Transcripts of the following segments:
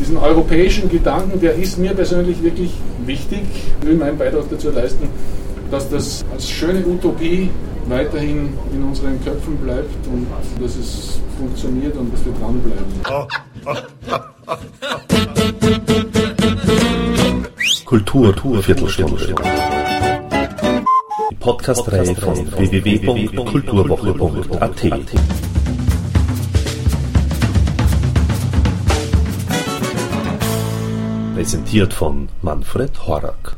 diesen europäischen Gedanken, der ist mir persönlich wirklich wichtig. Ich will meinen Beitrag dazu leisten, dass das als schöne Utopie weiterhin in unseren Köpfen bleibt und dass es funktioniert und dass wir dranbleiben. Kultur-Viertelstunde. Die Podcast-Reihe von www.kulturwoche.at. Präsentiert von Manfred Horak.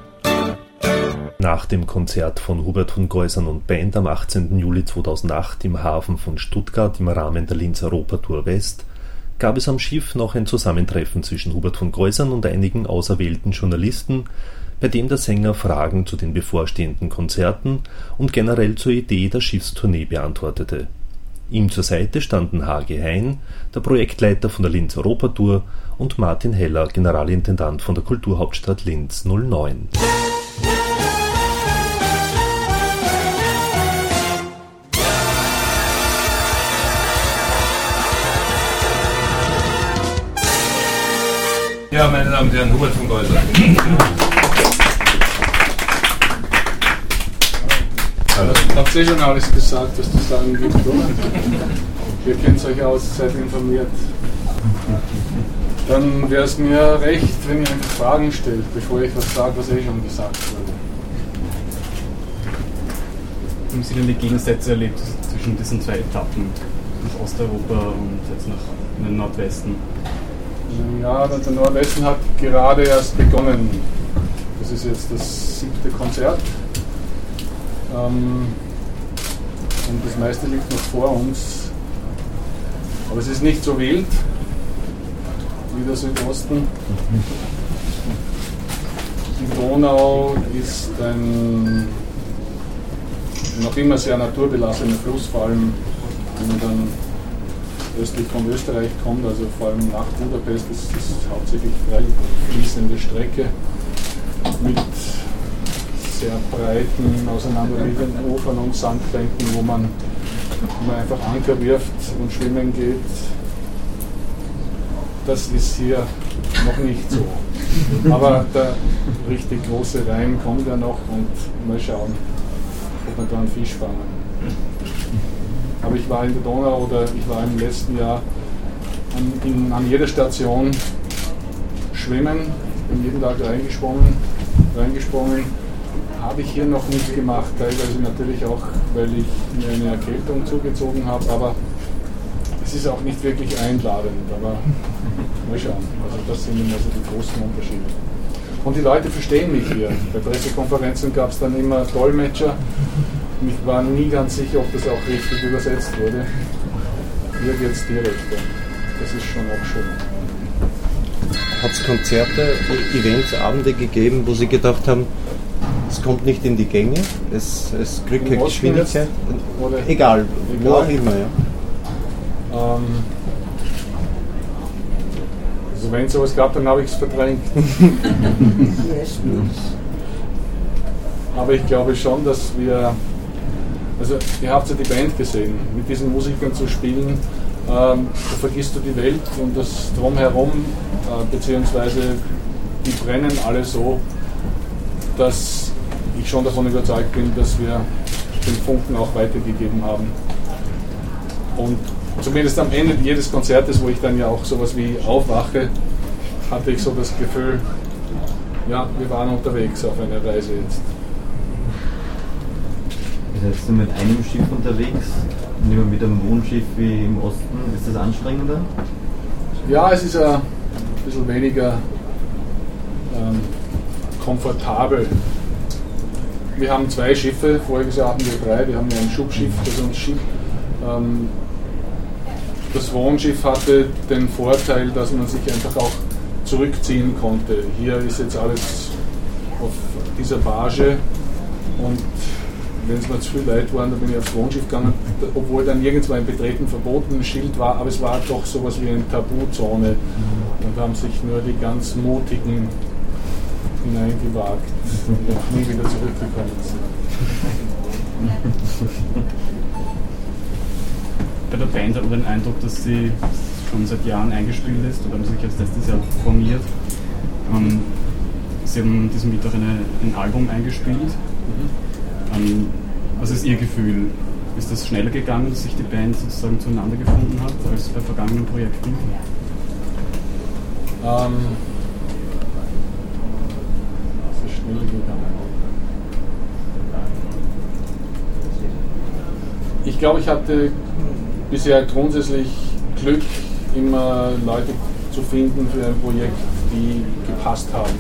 Nach dem Konzert von Hubert von Geusern und Band am 18. Juli 2008 im Hafen von Stuttgart im Rahmen der Linz Europatour West gab es am Schiff noch ein Zusammentreffen zwischen Hubert von Geusern und einigen auserwählten Journalisten, bei dem der Sänger Fragen zu den bevorstehenden Konzerten und generell zur Idee der Schiffstournee beantwortete. Ihm zur Seite standen Hage Hein, der Projektleiter von der Linz Europatour, und Martin Heller, Generalintendant von der Kulturhauptstadt Linz 09. Ja, meine Damen und Herren, Hubert von Geusern. Hallo. Habt ihr schon alles gesagt, was zu sagen gibt, oder? Ihr kennt euch aus, seid informiert. Dann wäre es mir recht, wenn ihr einfach Fragen stellt, bevor ich was sage, was schon gesagt wurde. Haben Sie denn die Gegensätze erlebt zwischen diesen zwei Etappen, nach Osteuropa und jetzt nach in den Nordwesten? Ja, der Nordwesten hat gerade erst begonnen. Das ist jetzt das 7. Konzert. Und das meiste liegt noch vor uns. Aber es ist nicht so wild wie der Südosten. Die Donau ist ein noch immer sehr naturbelassener Fluss, vor allem wenn man dann östlich von Österreich kommt, also vor allem nach Budapest, ist es hauptsächlich frei fließende Strecke mit sehr breiten, auseinanderliegenden Ufern und Sandbänken, wo man einfach Anker wirft und schwimmen geht. Das ist hier noch nicht so. Aber der richtig große Rhein kommt ja noch und mal schauen, ob wir da einen Fisch fangen. Aber ich war in der Donau oder ich war im letzten Jahr an jeder Station schwimmen, bin jeden Tag reingesprungen. Habe ich hier noch nicht gemacht, teilweise natürlich auch, weil ich mir eine Erkältung zugezogen habe, aber es ist auch nicht wirklich einladend, aber mal schauen. Also das sind immer so die großen Unterschiede. Und die Leute verstehen mich hier. Bei Pressekonferenzen gab es dann immer Dolmetscher. Ich war nie ganz sicher, ob das auch richtig übersetzt wurde. Hier geht es direkt. Das ist schon auch schön. Hat es Konzerte, Events, Abende gegeben, wo Sie gedacht haben, es kommt nicht in die Gänge, es kriegt keine Geschwindigkeit? Egal, wo auch immer, ja. Also wenn es sowas gab, dann habe ich es verdrängt. Aber ich glaube schon, dass wir, also ihr habt ja die Band gesehen, mit diesen Musikern zu spielen, da vergisst du die Welt und das Drumherum, beziehungsweise die brennen alle so, dass ich schon davon überzeugt bin, dass wir den Funken auch weitergegeben haben. Und zumindest am Ende jedes Konzertes, wo ich dann ja auch sowas wie aufwache, hatte ich so das Gefühl, ja, wir waren unterwegs auf einer Reise jetzt. Seid ihr mit einem Schiff unterwegs, nicht mehr mit einem Wohnschiff wie im Osten? Ist das anstrengender? Ja, es ist ein bisschen weniger komfortabel. Wir haben 2 Schiffe, voriges Jahr hatten wir 3, wir haben ja ein Schubschiff, das uns schiebt. Das Wohnschiff hatte den Vorteil, dass man sich einfach auch zurückziehen konnte. Hier ist jetzt alles auf dieser Barge und wenn es mir zu viel weit war, dann bin ich aufs Wohnschiff gegangen, obwohl dann irgendwo ein Betreten verboten, ein Schild war, aber es war doch sowas wie eine Tabuzone und haben sich nur die ganz Mutigen hineingewagt und nie wieder zurückgekommen sind. Bei der Band hat man den Eindruck, dass sie schon seit Jahren eingespielt ist oder haben sich erst letztes Jahr formiert. Sie haben diesen Mittwoch ein Album eingespielt. Was ist Ihr Gefühl? Ist das schneller gegangen, dass sich die Band sozusagen zueinander gefunden hat, als bei vergangenen Projekten? Es ist schneller gegangen. Ich glaube, ich hatte bisher grundsätzlich Glück, immer Leute zu finden für ein Projekt, die gepasst haben.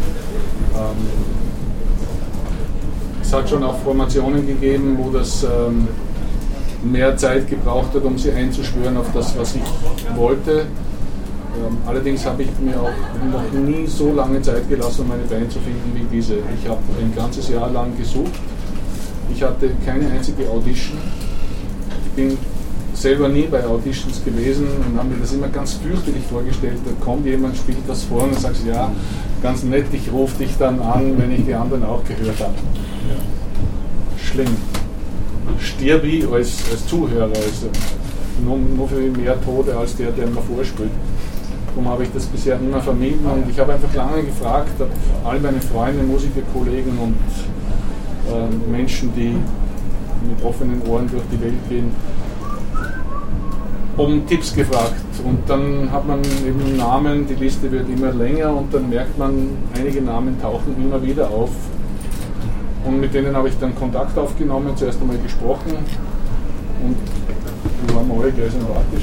Es hat schon auch Formationen gegeben, wo das mehr Zeit gebraucht hat, um sie einzuschwören auf das, was ich wollte. Allerdings habe ich mir auch noch nie so lange Zeit gelassen, um meine Band zu finden wie diese. Ich habe ein ganzes Jahr lang gesucht. Ich hatte keine einzige Audition. Ich bin selber nie bei Auditions gewesen und habe mir das immer ganz fürchterlich vorgestellt. Da kommt jemand, spielt das vor und dann sagst du, ja, ganz nett, ich rufe dich dann an, wenn ich die anderen auch gehört habe. Ja. Schlimm. Stirb ich als Zuhörer, also nur für mehr Tote als der mir vorspielt. Darum habe ich das bisher immer vermieden und ich habe einfach lange gefragt, habe all meine Freunde, Musikerkollegen und Menschen, die mit offenen Ohren durch die Welt gehen, um Tipps gefragt. Und dann hat man eben Namen, die Liste wird immer länger und dann merkt man, einige Namen tauchen immer wieder auf. Und mit denen habe ich dann Kontakt aufgenommen, zuerst einmal gesprochen und wir waren alle gleich sympathisch.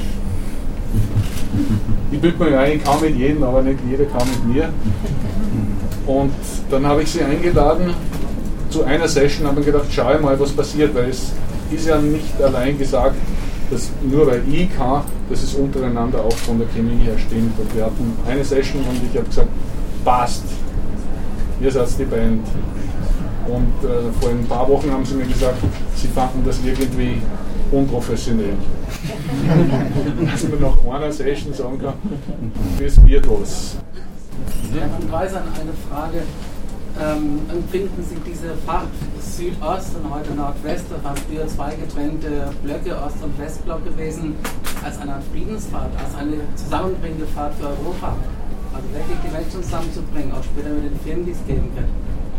Ich bilde mir ein, ich kann mit jedem, aber nicht jeder kann mit mir. Und dann habe ich sie eingeladen zu einer Session, habe mir gedacht, schau mal, was passiert, weil es ist ja nicht allein gesagt, dass nur weil ich kann, dass es untereinander auch von der Chemie her stimmt. Und wir hatten eine Session und ich habe gesagt, passt, ihr seid die Band. Und vor ein paar Wochen haben sie mir gesagt, sie fanden das irgendwie unprofessionell. Dass man nach einer Session sagen kann, das wird was. Herr von Greusern, eine Frage. Empfinden Sie diese Fahrt Südost und heute Nordwest, das waren früher zwei getrennte Blöcke, Ost- und Westblock gewesen, als eine Art Friedensfahrt, als eine zusammenbringende Fahrt für Europa? Also wirklich die Welt zusammenzubringen, auch später mit den Filmen, die es geben wird.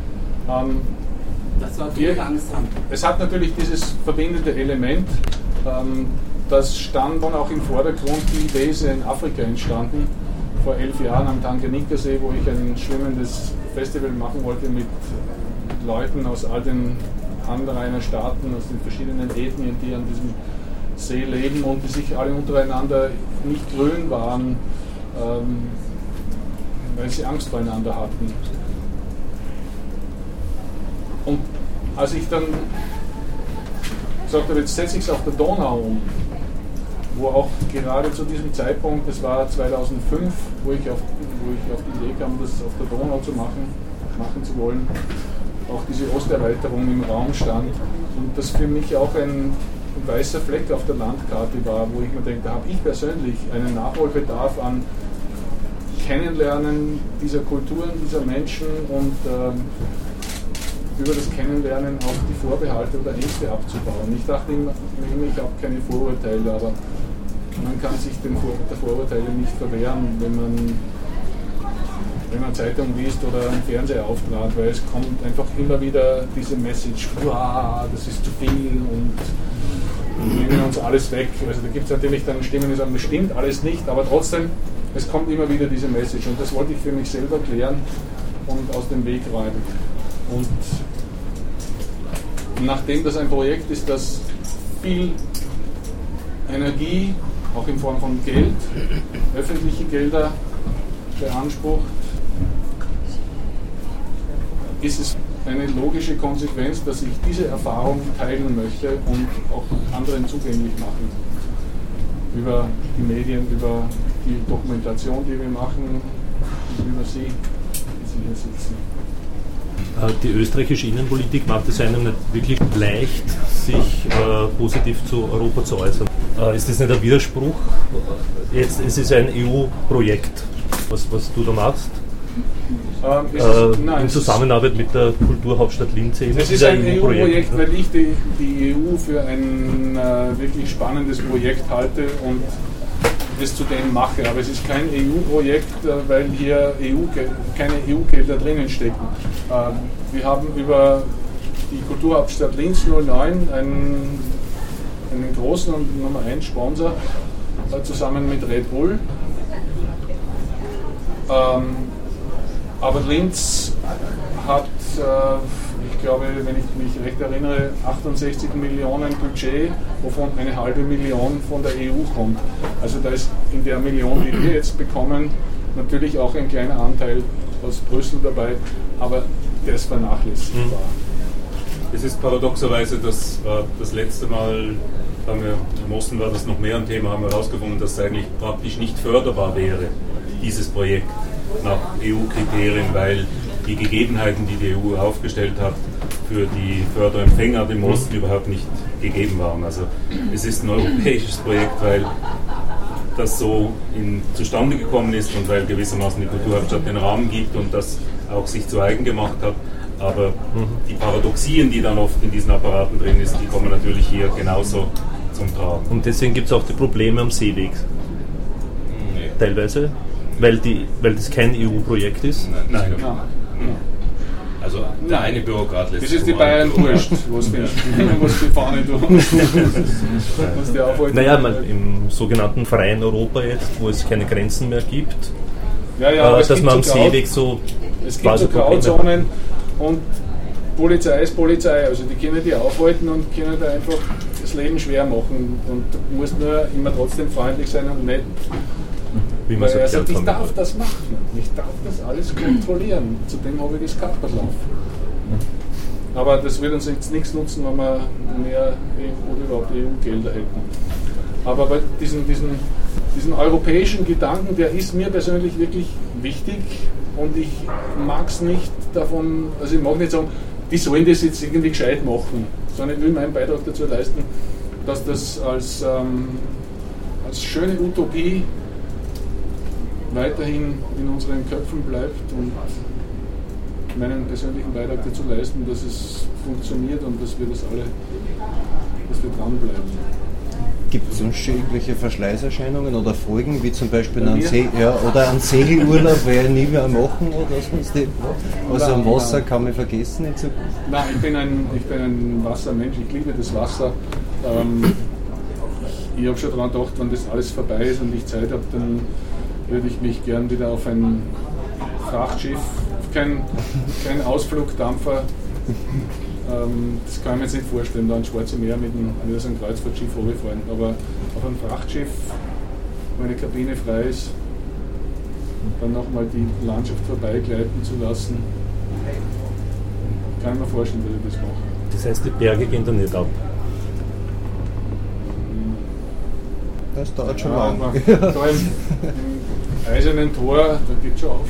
Dass Leute keine Angst haben. Es hat natürlich dieses verbindende Element, das stand dann auch im Vordergrund. Die Idee ist in Afrika entstanden, vor 11 Jahren am Tanganika-See, wo ich ein schwimmendes Festival machen wollte mit Leuten aus all den Anrainerstaaten, aus den verschiedenen Ethnien, die an diesem See leben und die sich alle untereinander nicht grün waren, weil sie Angst voreinander hatten. Und als ich dann gesagt habe, jetzt setze ich es auf der Donau um, wo auch gerade zu diesem Zeitpunkt, das war 2005, wo ich auf die Idee kam, das auf der Donau zu machen zu wollen, auch diese Osterweiterung im Raum stand und das für mich auch ein weißer Fleck auf der Landkarte war, wo ich mir denke, da habe ich persönlich einen Nachholbedarf an Kennenlernen dieser Kulturen, dieser Menschen und über das Kennenlernen auch die Vorbehalte oder Ängste abzubauen. Ich dachte immer, ich habe keine Vorurteile, aber man kann sich der Vorurteile nicht verwehren, wenn man Zeitung liest oder einen Fernsehauftrag, weil es kommt einfach immer wieder diese Message, das ist zu viel und nehmen uns alles weg. Also da gibt es natürlich dann Stimmen, die sagen, das stimmt alles nicht, aber trotzdem, es kommt immer wieder diese Message und das wollte ich für mich selber klären und aus dem Weg räumen. Und nachdem das ein Projekt ist, das viel Energie, auch in Form von Geld, öffentliche Gelder beansprucht, ist es eine logische Konsequenz, dass ich diese Erfahrung teilen möchte und auch anderen zugänglich machen. Über die Medien, über die Dokumentation, die wir machen, über Sie, die hier sitzen. Die österreichische Innenpolitik macht es einem nicht wirklich leicht, sich positiv zu Europa zu äußern. Ist das nicht ein Widerspruch? Jetzt, es ist ein EU-Projekt, was du da machst. In Zusammenarbeit mit der Kulturhauptstadt Linz. Es ist ein EU-Projekt, weil ich die EU für ein wirklich spannendes Projekt halte und das zu dem mache. Aber es ist kein EU-Projekt, weil hier keine EU-Gelder drinnen stecken. Wir haben über die Kulturhauptstadt Linz 09 einen großen und Nummer 1 Sponsor zusammen mit Red Bull. Aber Linz hat, ich glaube, wenn ich mich recht erinnere, 68 Millionen Budget, wovon eine halbe Million von der EU kommt. Also da ist in der Million, die wir jetzt bekommen, natürlich auch ein kleiner Anteil aus Brüssel dabei, aber der ist vernachlässigbar. Es ist paradoxerweise, dass das letzte Mal, im Osten war das noch mehr ein Thema, haben wir herausgefunden, dass es eigentlich praktisch nicht förderbar wäre, dieses Projekt nach EU-Kriterien, weil die Gegebenheiten, die die EU aufgestellt hat, für die Förderempfänger dem Osten überhaupt nicht gegeben waren. Also es ist ein europäisches Projekt, weil das so zustande gekommen ist und weil gewissermaßen die Kulturhauptstadt den Rahmen gibt und das auch sich zu eigen gemacht hat. Aber die Paradoxien, die dann oft in diesen Apparaten drin ist, die kommen natürlich hier genauso zum Tragen. Und deswegen gibt es auch die Probleme am Seeweg. Nee. Teilweise, weil das kein EU-Projekt ist. Nein. Also der eine Bürokrat lässt das ist die Bayern wurscht, was die Fahne tun. Naja, im sogenannten freien Europa jetzt, wo es keine Grenzen mehr gibt, dass man am Seeweg so... Es gibt so Grauzonen und Polizei ist Polizei, also die können die aufhalten und können da einfach das Leben schwer machen und du musst nur immer trotzdem freundlich sein und nett. Wie man weil er sagt, ich darf das machen, ich darf das alles kontrollieren, zudem habe ich das Kapitel auf. Aber das wird uns jetzt nichts nutzen, wenn wir mehr oder überhaupt EU-Gelder hätten. Aber bei diesen europäischen Gedanken, der ist mir persönlich wirklich wichtig und ich mag es nicht davon, also ich mag nicht sagen, die sollen das jetzt irgendwie gescheit machen, sondern ich will meinen Beitrag dazu leisten, dass das als schöne Utopie weiterhin in unseren Köpfen bleibt und meinen persönlichen Beitrag dazu leisten, dass es funktioniert und dass wir dranbleiben. Gibt es sonst irgendwelche Verschleißerscheinungen oder Folgen, wie zum Beispiel einen Segelurlaub, werde ich nie mehr machen oder sonst irgendwas? Also am Wasser kann man vergessen in Zukunft? Nein, ich bin ein Wassermensch, ich liebe das Wasser. Ich habe schon daran gedacht, wenn das alles vorbei ist und ich Zeit habe, dann würde ich mich gern wieder auf ein Frachtschiff, kein Ausflugdampfer, das kann ich mir jetzt nicht vorstellen, da ins Schwarze Meer mit so einem Kreuzfahrtschiff runterfahren, aber auf einem Frachtschiff, wo eine Kabine frei ist, dann nochmal die Landschaft vorbeigleiten zu lassen, kann ich mir vorstellen, dass ich das mache. Das heißt, die Berge gehen da nicht ab? Das dauert schon lang. Da im Eisernen Tor, da geht schon auf.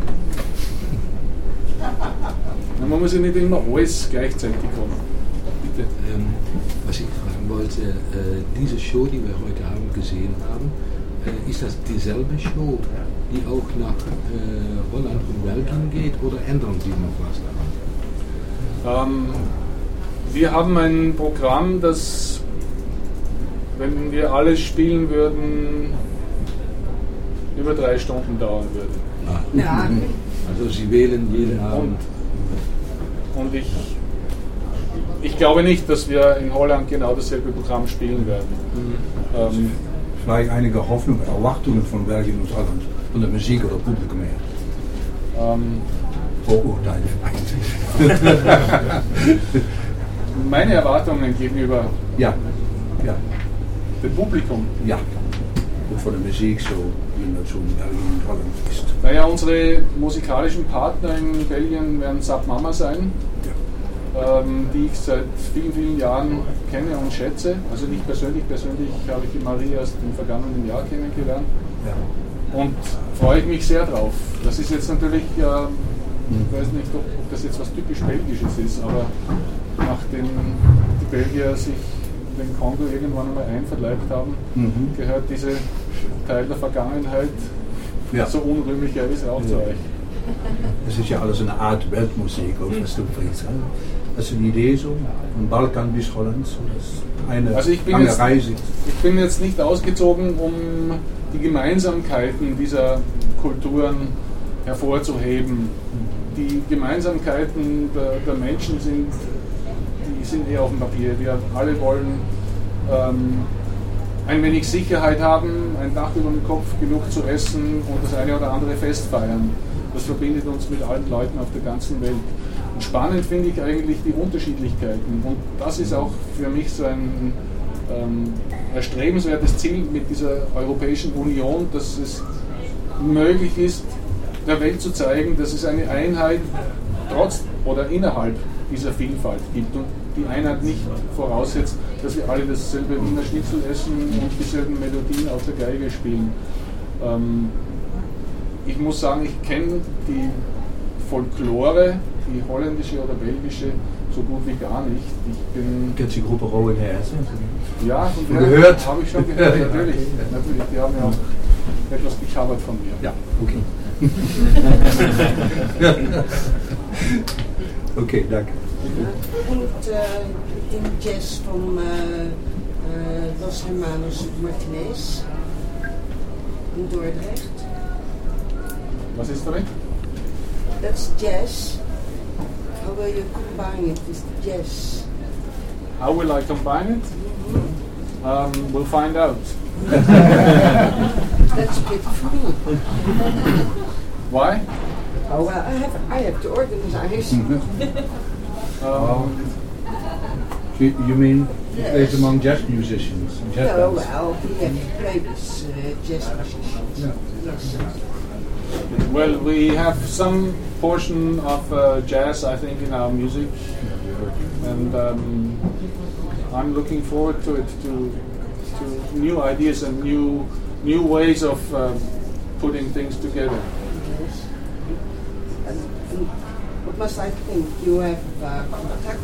Ja. Man muss ja nicht immer alles gleichzeitig haben. Bitte. Was ich fragen wollte, diese Show, die wir heute Abend gesehen haben, ist das dieselbe Show, die auch nach Holland und Belgien geht, oder ändern Sie noch was daran? Wir haben ein Programm, das, wenn wir alles spielen würden, über 3 Stunden dauern würde. Ja. Also Sie wählen jeden Abend. Und ich glaube nicht, dass wir in Holland genau dasselbe Programm spielen werden. Vielleicht einige Hoffnungen, Erwartungen von Belgien und Holland, von der Musik oder Publikum her? Vorurteile vielleicht. Meine Erwartungen gegenüber dem Publikum? Ja. Und von der Musik so, wie das so in Belgien und Holland ist. Naja, unsere musikalischen Partner in Belgien werden Sap Mama sein, die ich seit vielen, vielen Jahren kenne und schätze. Also nicht persönlich habe ich die Marie erst im vergangenen Jahr kennengelernt. Ja. Und freue ich mich sehr drauf. Das ist jetzt natürlich, ich weiß nicht, ob das jetzt was typisch Belgisches ist, aber nachdem die Belgier sich den Kongo irgendwann einmal einverleibt haben, gehört dieser Teil der Vergangenheit, so unrühmlich er ist, auch zu euch. Das ist ja alles eine Art Weltmusik, was du bringst. Das ist eine Idee so, von Balkan bis Holland, so das eine lange Reise. Ich bin jetzt nicht ausgezogen, um die Gemeinsamkeiten dieser Kulturen hervorzuheben. Die Gemeinsamkeiten der Menschen sind eher auf dem Papier. Wir alle wollen ein wenig Sicherheit haben, ein Dach über dem Kopf, genug zu essen und das eine oder andere Fest feiern. Das verbindet uns mit allen Leuten auf der ganzen Welt. Und spannend finde ich eigentlich die Unterschiedlichkeiten. Und das ist auch für mich so ein erstrebenswertes Ziel mit dieser Europäischen Union, dass es möglich ist, der Welt zu zeigen, dass es eine Einheit trotz oder innerhalb dieser Vielfalt gibt und die Einheit nicht voraussetzt, dass wir alle dasselbe Wiener Schnitzel essen und dieselben Melodien auf der Geige spielen. Ich muss sagen, ich kenne die Folklore, die holländische oder belgische, so gut wie gar nicht. Kennst du die Gruppe Rowe Herzen? Ja, von gehört? Habe ich schon gehört, natürlich. Die haben ja auch etwas gecovert von mir. Ja, okay. Okay, danke. Und in Jazz von Los Hermanos Martinez in Dordrecht. Was ist damit? That's jazz. How will you combine it with jazz? How will I combine it? We'll find out. That's a bit free. Why? Oh, well, I have to organize. You mean yes. plays among jazz musicians? Jazz no, bands. well, we have to play with jazz musicians. Yeah. Yes. Well, we have some portion of jazz, I think, in our music, and I'm looking forward to it, to new ideas and new ways of putting things together. Yes. And what must I think? You have contact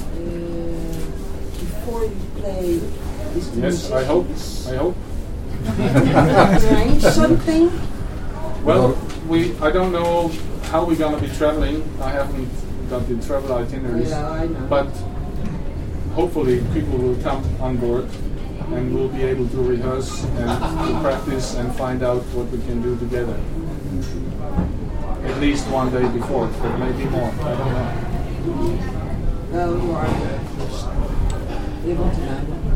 before you play with the Yes, musicians? I hope. Arrange something? Well, I don't know how we're going to be traveling. I haven't got the travel itineraries. Yeah, I know. But hopefully people will come on board and we'll be able to rehearse and to practice and find out what we can do together. At least one day before, but maybe more. I don't know. Well, you are able to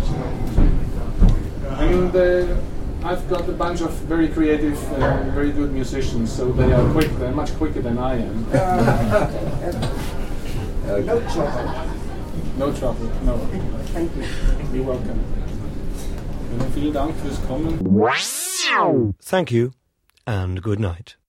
know. And I've got a bunch of very creative, very good musicians, so they are quick. They're much quicker than I am. No trouble. No trouble. No. Thank you. You're welcome. Vielen Dank fürs Kommen. Thank you and good night.